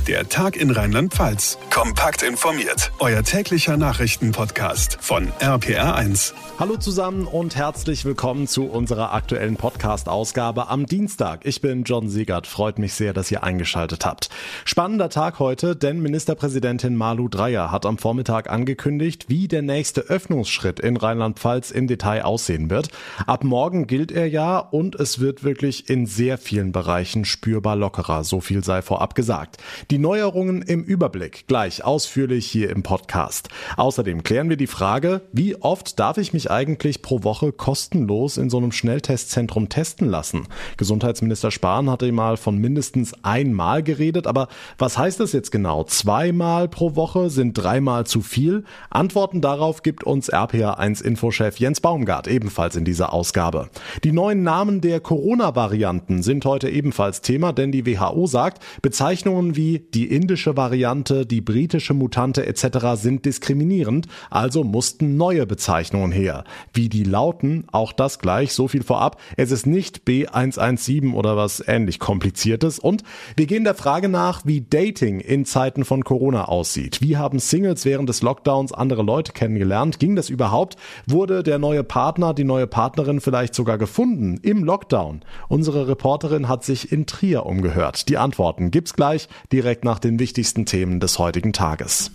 Der Tag in Rheinland-Pfalz. Kompakt informiert. Euer täglicher Nachrichtenpodcast von RPR1. Hallo zusammen und herzlich willkommen zu unserer aktuellen Podcast-Ausgabe am Dienstag. Ich bin John Siegert. Freut mich sehr, dass ihr eingeschaltet habt. Spannender Tag heute, denn Ministerpräsidentin Malu Dreyer hat am Vormittag angekündigt, wie der nächste Öffnungsschritt in Rheinland-Pfalz im Detail aussehen wird. Ab morgen gilt er ja und es wird wirklich in sehr vielen Bereichen spürbar lockerer. So viel sei vorab gesagt. Die Neuerungen im Überblick gleich ausführlich hier im Podcast. Außerdem klären wir die Frage, wie oft darf ich mich eigentlich pro Woche kostenlos in so einem Schnelltestzentrum testen lassen? Gesundheitsminister Spahn hatte mal von mindestens einmal geredet, aber was heißt das jetzt genau? 2-mal pro Woche, sind 3-mal zu viel? Antworten darauf gibt uns RPR1-Infochef Jens Baumgart ebenfalls in dieser Ausgabe. Die neuen Namen der Corona-Varianten sind heute ebenfalls Thema, denn die WHO sagt, Bezeichnungen wie die indische Variante, die britische Mutante etc. sind diskriminierend, also mussten neue Bezeichnungen her. Wie die lauten, auch das gleich, so viel vorab. Es ist nicht B117 oder was ähnlich Kompliziertes und wir gehen der Frage nach, wie Dating in Zeiten von Corona aussieht. Wie haben Singles während des Lockdowns andere Leute kennengelernt? Ging das überhaupt? Wurde der neue Partner, die neue Partnerin vielleicht sogar gefunden im Lockdown? Unsere Reporterin hat sich in Trier umgehört. Die Antworten gibt's gleich, direkt nach den wichtigsten Themen des heutigen Tages.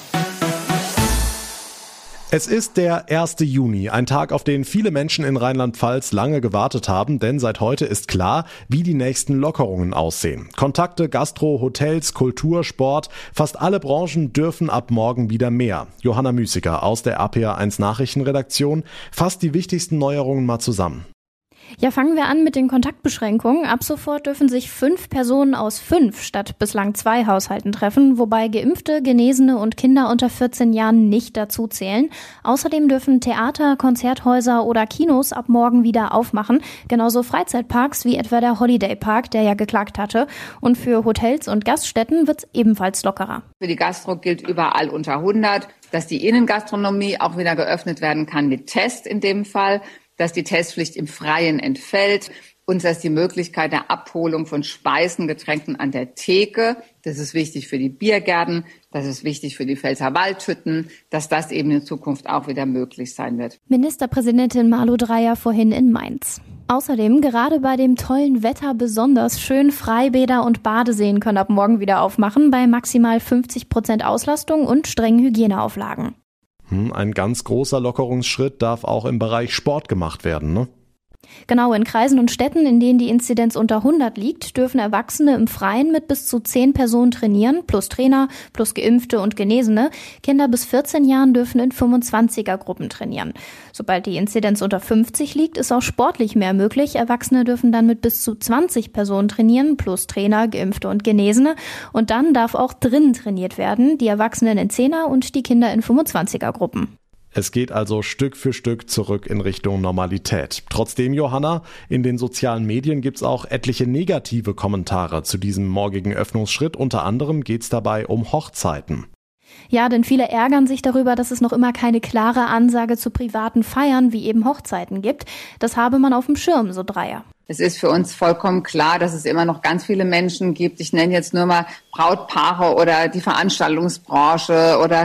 Es ist der 1. Juni, ein Tag, auf den viele Menschen in Rheinland-Pfalz lange gewartet haben, denn seit heute ist klar, wie die nächsten Lockerungen aussehen. Kontakte, Gastro, Hotels, Kultur, Sport, fast alle Branchen dürfen ab morgen wieder mehr. Johanna Müßiger aus der RPR1 Nachrichtenredaktion fasst die wichtigsten Neuerungen mal zusammen. Ja, fangen wir an mit den Kontaktbeschränkungen. Ab sofort dürfen sich 5 Personen aus 5 statt bislang 2 Haushalten treffen, wobei Geimpfte, Genesene und Kinder unter 14 Jahren nicht dazu zählen. Außerdem dürfen Theater, Konzerthäuser oder Kinos ab morgen wieder aufmachen, genauso Freizeitparks wie etwa der Holiday Park, der ja geklagt hatte. Und für Hotels und Gaststätten wird's ebenfalls lockerer. Für die Gastro gilt überall unter 100, dass die Innengastronomie auch wieder geöffnet werden kann mit Test in dem Fall, dass die Testpflicht im Freien entfällt und dass die Möglichkeit der Abholung von Speisen, Getränken an der Theke, das ist wichtig für die Biergärten, das ist wichtig für die Pfälzerwaldhütten, dass das eben in Zukunft auch wieder möglich sein wird. Ministerpräsidentin Malu Dreyer vorhin in Mainz. Außerdem, gerade bei dem tollen Wetter besonders schön, Freibäder und Badeseen können ab morgen wieder aufmachen, bei maximal 50% Auslastung und strengen Hygieneauflagen. Ein ganz großer Lockerungsschritt darf auch im Bereich Sport gemacht werden, ne? Genau, in Kreisen und Städten, in denen die Inzidenz unter 100 liegt, dürfen Erwachsene im Freien mit bis zu 10 Personen trainieren, plus Trainer, plus Geimpfte und Genesene. Kinder bis 14 Jahren dürfen in 25er-Gruppen trainieren. Sobald die Inzidenz unter 50 liegt, ist auch sportlich mehr möglich. Erwachsene dürfen dann mit bis zu 20 Personen trainieren, plus Trainer, Geimpfte und Genesene. Und dann darf auch drinnen trainiert werden, die Erwachsenen in 10er und die Kinder in 25er-Gruppen. Es geht also Stück für Stück zurück in Richtung Normalität. Trotzdem, Johanna, in den sozialen Medien gibt's auch etliche negative Kommentare zu diesem morgigen Öffnungsschritt. Unter anderem geht's dabei um Hochzeiten. Ja, denn viele ärgern sich darüber, dass es noch immer keine klare Ansage zu privaten Feiern wie eben Hochzeiten gibt. Das habe man auf dem Schirm, so Dreyer. Es ist für uns vollkommen klar, dass es immer noch ganz viele Menschen gibt. Ich nenne jetzt nur mal Brautpaare oder die Veranstaltungsbranche oder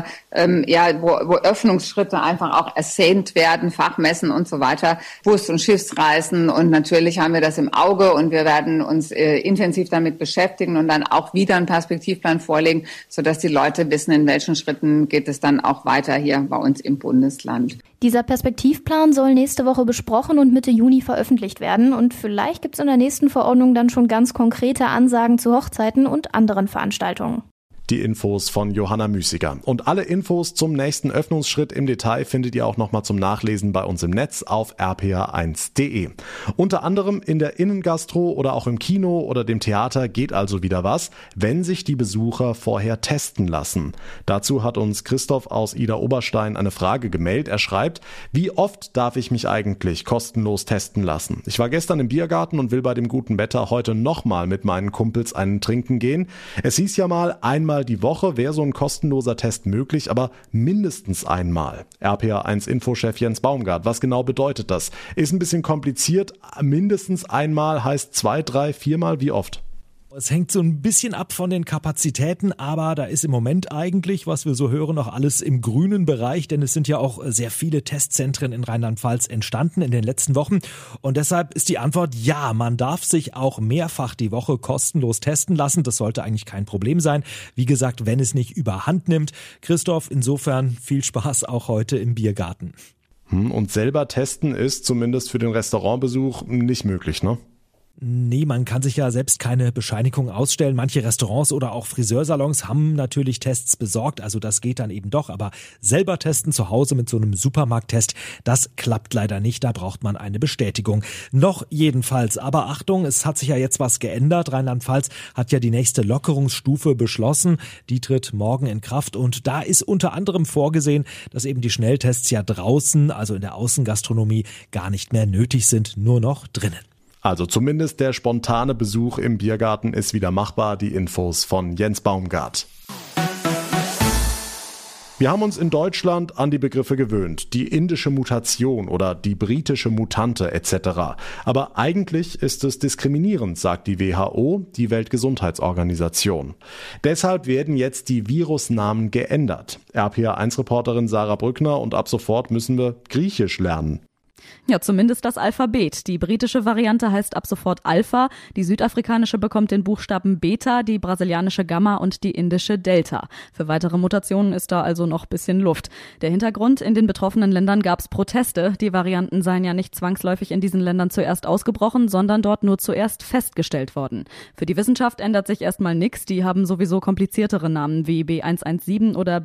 wo Öffnungsschritte einfach auch ersehnt werden, Fachmessen und so weiter, Bus- und Schiffsreisen. Und natürlich haben wir das im Auge und wir werden uns intensiv damit beschäftigen und dann auch wieder einen Perspektivplan vorlegen, sodass die Leute wissen, in welchen Schritten geht es dann auch weiter hier bei uns im Bundesland. Dieser Perspektivplan soll nächste Woche besprochen und Mitte Juni veröffentlicht werden. Und vielleicht gibt es in der nächsten Verordnung dann schon ganz konkrete Ansagen zu Hochzeiten und anderen Veranstaltungen. Die Infos von Johanna Müßiger. Und alle Infos zum nächsten Öffnungsschritt im Detail findet ihr auch nochmal zum Nachlesen bei uns im Netz auf rpr1.de. Unter anderem in der Innengastro oder auch im Kino oder dem Theater geht also wieder was, wenn sich die Besucher vorher testen lassen. Dazu hat uns Christoph aus Idar-Oberstein eine Frage gemailt. Er schreibt, wie oft darf ich mich eigentlich kostenlos testen lassen? Ich war gestern im Biergarten und will bei dem guten Wetter heute nochmal mit meinen Kumpels einen trinken gehen. Es hieß ja mal, einmal die Woche wäre so ein kostenloser Test möglich, aber mindestens einmal. RPR1-Infochef Jens Baumgart, was genau bedeutet das? Ist ein bisschen kompliziert. Mindestens einmal heißt 2, 3, 4 Mal, wie oft? Es hängt so ein bisschen ab von den Kapazitäten, aber da ist im Moment eigentlich, was wir so hören, noch alles im grünen Bereich, denn es sind ja auch sehr viele Testzentren in Rheinland-Pfalz entstanden in den letzten Wochen. Und deshalb ist die Antwort ja, man darf sich auch mehrfach die Woche kostenlos testen lassen. Das sollte eigentlich kein Problem sein. Wie gesagt, wenn es nicht überhand nimmt. Christoph, insofern viel Spaß auch heute im Biergarten. Und selber testen ist zumindest für den Restaurantbesuch nicht möglich, ne? Nee, man kann sich ja selbst keine Bescheinigung ausstellen. Manche Restaurants oder auch Friseursalons haben natürlich Tests besorgt, also das geht dann eben doch. Aber selber testen zu Hause mit so einem Supermarkttest, das klappt leider nicht, da braucht man eine Bestätigung. Noch jedenfalls, aber Achtung, es hat sich ja jetzt was geändert. Rheinland-Pfalz hat ja die nächste Lockerungsstufe beschlossen, die tritt morgen in Kraft und da ist unter anderem vorgesehen, dass eben die Schnelltests ja draußen, also in der Außengastronomie, gar nicht mehr nötig sind, nur noch drinnen. Also zumindest der spontane Besuch im Biergarten ist wieder machbar. Die Infos von Jens Baumgart. Wir haben uns in Deutschland an die Begriffe gewöhnt, die indische Mutation oder die britische Mutante etc. Aber eigentlich ist es diskriminierend, sagt die WHO, die Weltgesundheitsorganisation. Deshalb werden jetzt die Virusnamen geändert. RPA1-Reporterin Sarah Brückner und ab sofort müssen wir Griechisch lernen. Ja, zumindest das Alphabet. Die britische Variante heißt ab sofort Alpha, die südafrikanische bekommt den Buchstaben Beta, die brasilianische Gamma und die indische Delta. Für weitere Mutationen ist da also noch ein bisschen Luft. Der Hintergrund: in den betroffenen Ländern gab es Proteste. Die Varianten seien ja nicht zwangsläufig in diesen Ländern zuerst ausgebrochen, sondern dort nur zuerst festgestellt worden. Für die Wissenschaft ändert sich erstmal nichts. Die haben sowieso kompliziertere Namen wie B117 oder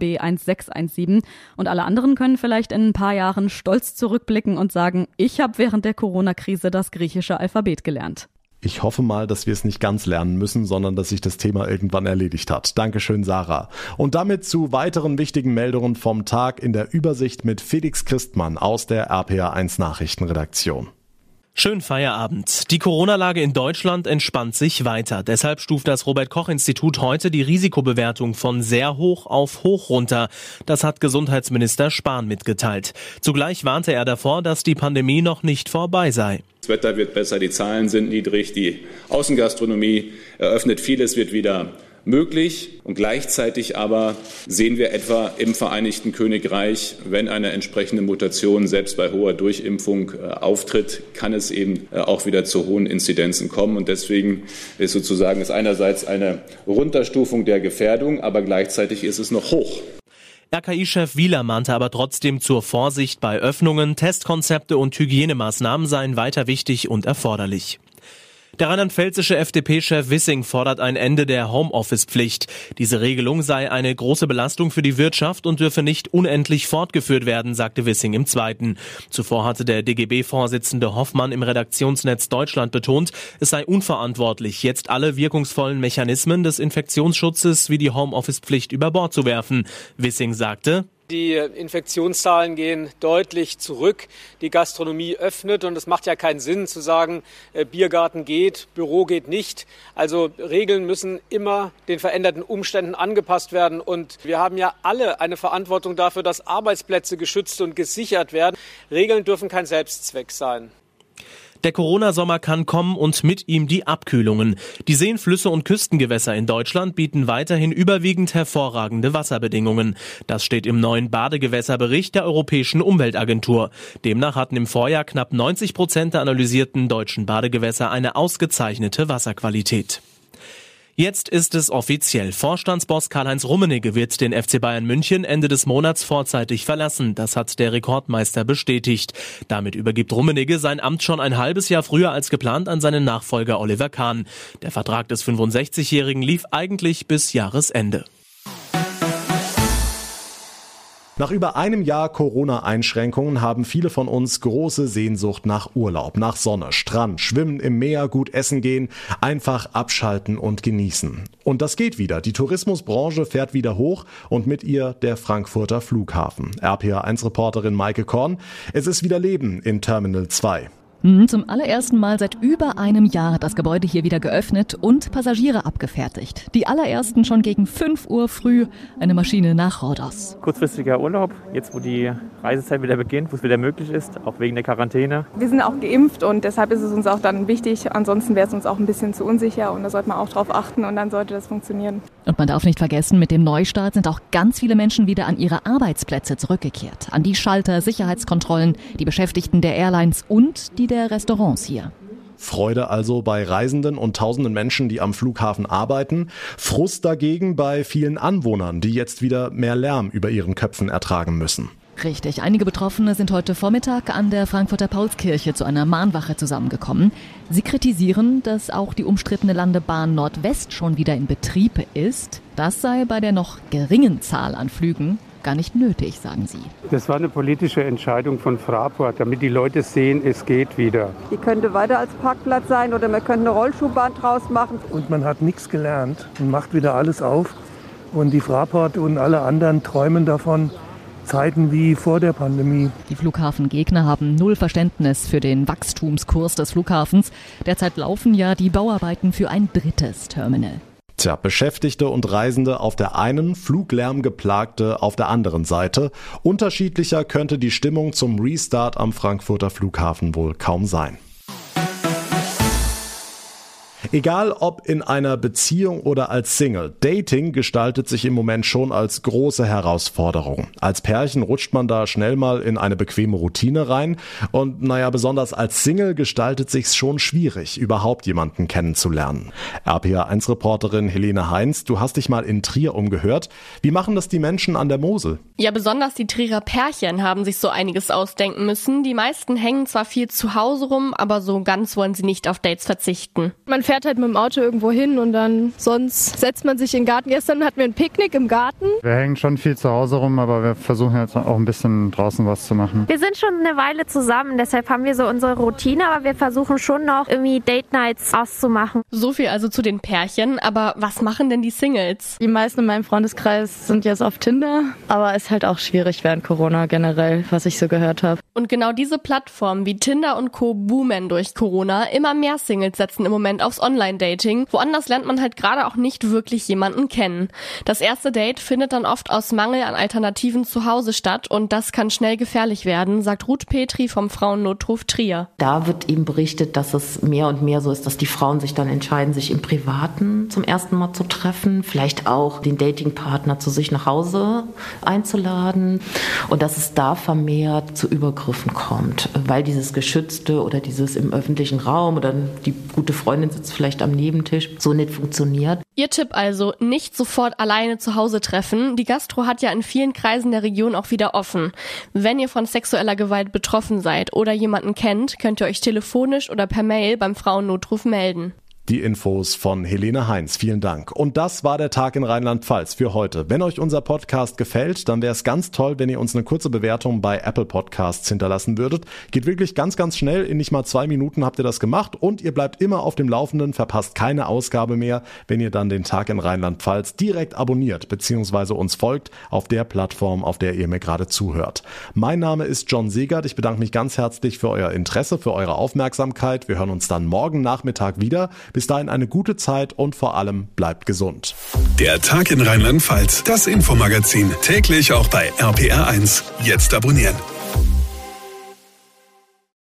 B1617. Und alle anderen können vielleicht in ein paar Jahren stolz zurückblicken und sagen, ich habe während der Corona-Krise das griechische Alphabet gelernt. Ich hoffe mal, dass wir es nicht ganz lernen müssen, sondern dass sich das Thema irgendwann erledigt hat. Dankeschön, Sarah. Und damit zu weiteren wichtigen Meldungen vom Tag in der Übersicht mit Felix Christmann aus der RPA1 Nachrichtenredaktion. Schönen Feierabend. Die Corona-Lage in Deutschland entspannt sich weiter. Deshalb stuft das Robert-Koch-Institut heute die Risikobewertung von sehr hoch auf hoch runter. Das hat Gesundheitsminister Spahn mitgeteilt. Zugleich warnte er davor, dass die Pandemie noch nicht vorbei sei. Das Wetter wird besser, die Zahlen sind niedrig, die Außengastronomie eröffnet, vieles wird wieder möglich. Und gleichzeitig aber sehen wir etwa im Vereinigten Königreich, wenn eine entsprechende Mutation selbst bei hoher Durchimpfung auftritt, kann es eben auch wieder zu hohen Inzidenzen kommen. Und deswegen ist sozusagen es einerseits eine Runterstufung der Gefährdung, aber gleichzeitig ist es noch hoch. RKI-Chef Wieler mahnte aber trotzdem zur Vorsicht bei Öffnungen. Testkonzepte und Hygienemaßnahmen seien weiter wichtig und erforderlich. Der rheinland-pfälzische FDP-Chef Wissing fordert ein Ende der Homeoffice-Pflicht. Diese Regelung sei eine große Belastung für die Wirtschaft und dürfe nicht unendlich fortgeführt werden, sagte Wissing im Zweiten. Zuvor hatte der DGB-Vorsitzende Hoffmann im Redaktionsnetz Deutschland betont, es sei unverantwortlich, jetzt alle wirkungsvollen Mechanismen des Infektionsschutzes wie die Homeoffice-Pflicht über Bord zu werfen. Wissing sagte: Die Infektionszahlen gehen deutlich zurück. Die Gastronomie öffnet und es macht ja keinen Sinn zu sagen, Biergarten geht, Büro geht nicht. Also Regeln müssen immer den veränderten Umständen angepasst werden. Und wir haben ja alle eine Verantwortung dafür, dass Arbeitsplätze geschützt und gesichert werden. Regeln dürfen kein Selbstzweck sein. Der Corona-Sommer kann kommen und mit ihm die Abkühlungen. Die Seen, Flüsse und Küstengewässer in Deutschland bieten weiterhin überwiegend hervorragende Wasserbedingungen. Das steht im neuen Badegewässerbericht der Europäischen Umweltagentur. Demnach hatten im Vorjahr knapp 90% der analysierten deutschen Badegewässer eine ausgezeichnete Wasserqualität. Jetzt ist es offiziell. Vorstandsboss Karl-Heinz Rummenigge wird den FC Bayern München Ende des Monats vorzeitig verlassen. Das hat der Rekordmeister bestätigt. Damit übergibt Rummenigge sein Amt schon ein halbes Jahr früher als geplant an seinen Nachfolger Oliver Kahn. Der Vertrag des 65-Jährigen lief eigentlich bis Jahresende. Nach über einem Jahr Corona-Einschränkungen haben viele von uns große Sehnsucht nach Urlaub, nach Sonne, Strand, Schwimmen im Meer, gut essen gehen, einfach abschalten und genießen. Und das geht wieder. Die Tourismusbranche fährt wieder hoch und mit ihr der Frankfurter Flughafen. RPA1-Reporterin Maike Korn. Es ist wieder Leben in Terminal 2. Zum allerersten Mal seit über einem Jahr hat das Gebäude hier wieder geöffnet und Passagiere abgefertigt. Die allerersten schon gegen 5 Uhr früh, eine Maschine nach Rhodos. Kurzfristiger Urlaub, jetzt wo die Reisezeit wieder beginnt, wo es wieder möglich ist, auch wegen der Quarantäne. Wir sind auch geimpft und deshalb ist es uns auch dann wichtig. Ansonsten wäre es uns auch ein bisschen zu unsicher und da sollte man auch drauf achten und dann sollte das funktionieren. Und man darf nicht vergessen, mit dem Neustart sind auch ganz viele Menschen wieder an ihre Arbeitsplätze zurückgekehrt. An die Schalter, Sicherheitskontrollen, die Beschäftigten der Airlines und die der Restaurants hier. Freude also bei Reisenden und tausenden Menschen, die am Flughafen arbeiten. Frust dagegen bei vielen Anwohnern, die jetzt wieder mehr Lärm über ihren Köpfen ertragen müssen. Richtig, einige Betroffene sind heute Vormittag an der Frankfurter Paulskirche zu einer Mahnwache zusammengekommen. Sie kritisieren, dass auch die umstrittene Landebahn Nordwest schon wieder in Betrieb ist. Das sei bei der noch geringen Zahl an Flügen gar nicht nötig, sagen sie. Das war eine politische Entscheidung von Fraport, damit die Leute sehen, es geht wieder. Die könnte weiter als Parkplatz sein oder man könnte eine Rollschuhbahn draus machen. Und man hat nichts gelernt und macht wieder alles auf. Und die Fraport und alle anderen träumen davon, Zeiten wie vor der Pandemie. Die Flughafengegner haben null Verständnis für den Wachstumskurs des Flughafens. Derzeit laufen ja die Bauarbeiten für ein 3. Terminal. Tja, Beschäftigte und Reisende auf der einen, Fluglärmgeplagte auf der anderen Seite. Unterschiedlicher könnte die Stimmung zum Restart am Frankfurter Flughafen wohl kaum sein. Egal ob in einer Beziehung oder als Single, Dating gestaltet sich im Moment schon als große Herausforderung. Als Pärchen rutscht man da schnell mal in eine bequeme Routine rein und besonders als Single gestaltet sich's schon schwierig, überhaupt jemanden kennenzulernen. RPA1-Reporterin Helene Heinz, du hast dich mal in Trier umgehört. Wie machen das die Menschen an der Mosel? Ja, besonders die Trierer Pärchen haben sich so einiges ausdenken müssen. Die meisten hängen zwar viel zu Hause rum, aber so ganz wollen sie nicht auf Dates verzichten. Man fährt halt mit dem Auto irgendwo hin und dann sonst setzt man sich in den Garten. Gestern hatten wir ein Picknick im Garten. Wir hängen schon viel zu Hause rum, aber wir versuchen jetzt auch ein bisschen draußen was zu machen. Wir sind schon eine Weile zusammen, deshalb haben wir so unsere Routine, aber wir versuchen schon noch irgendwie Date-Nights auszumachen. So viel also zu den Pärchen, aber was machen denn die Singles? Die meisten in meinem Freundeskreis sind jetzt auf Tinder, aber ist halt auch schwierig während Corona generell, was ich so gehört habe. Und genau diese Plattformen wie Tinder und Co. boomen durch Corona. Immer mehr Singles setzen im Moment aufs Online-Dating. Woanders lernt man halt gerade auch nicht wirklich jemanden kennen. Das erste Date findet dann oft aus Mangel an Alternativen zu Hause statt und das kann schnell gefährlich werden, sagt Ruth Petri vom Frauennotruf Trier. Da wird eben berichtet, dass es mehr und mehr so ist, dass die Frauen sich dann entscheiden, sich im Privaten zum ersten Mal zu treffen, vielleicht auch den Datingpartner zu sich nach Hause einzuladen und dass es da vermehrt zu Übergriffen kommt, weil dieses Geschützte oder dieses im öffentlichen Raum oder die gute Freundin sitzt vielleicht am Nebentisch, so nicht funktioniert. Ihr Tipp also, nicht sofort alleine zu Hause treffen. Die Gastro hat ja in vielen Kreisen der Region auch wieder offen. Wenn ihr von sexueller Gewalt betroffen seid oder jemanden kennt, könnt ihr euch telefonisch oder per Mail beim Frauennotruf melden. Die Infos von Helene Heinz. Vielen Dank. Und das war der Tag in Rheinland-Pfalz für heute. Wenn euch unser Podcast gefällt, dann wäre es ganz toll, wenn ihr uns eine kurze Bewertung bei Apple Podcasts hinterlassen würdet. Geht wirklich ganz, ganz schnell. In nicht mal 2 Minuten habt ihr das gemacht und ihr bleibt immer auf dem Laufenden, verpasst keine Ausgabe mehr, wenn ihr dann den Tag in Rheinland-Pfalz direkt abonniert bzw. uns folgt auf der Plattform, auf der ihr mir gerade zuhört. Mein Name ist John Segert. Ich bedanke mich ganz herzlich für euer Interesse, für eure Aufmerksamkeit. Wir hören uns dann morgen Nachmittag wieder. Bis dahin eine gute Zeit und vor allem bleibt gesund. Der Tag in Rheinland-Pfalz, das Infomagazin, täglich auch bei RPR1. Jetzt abonnieren.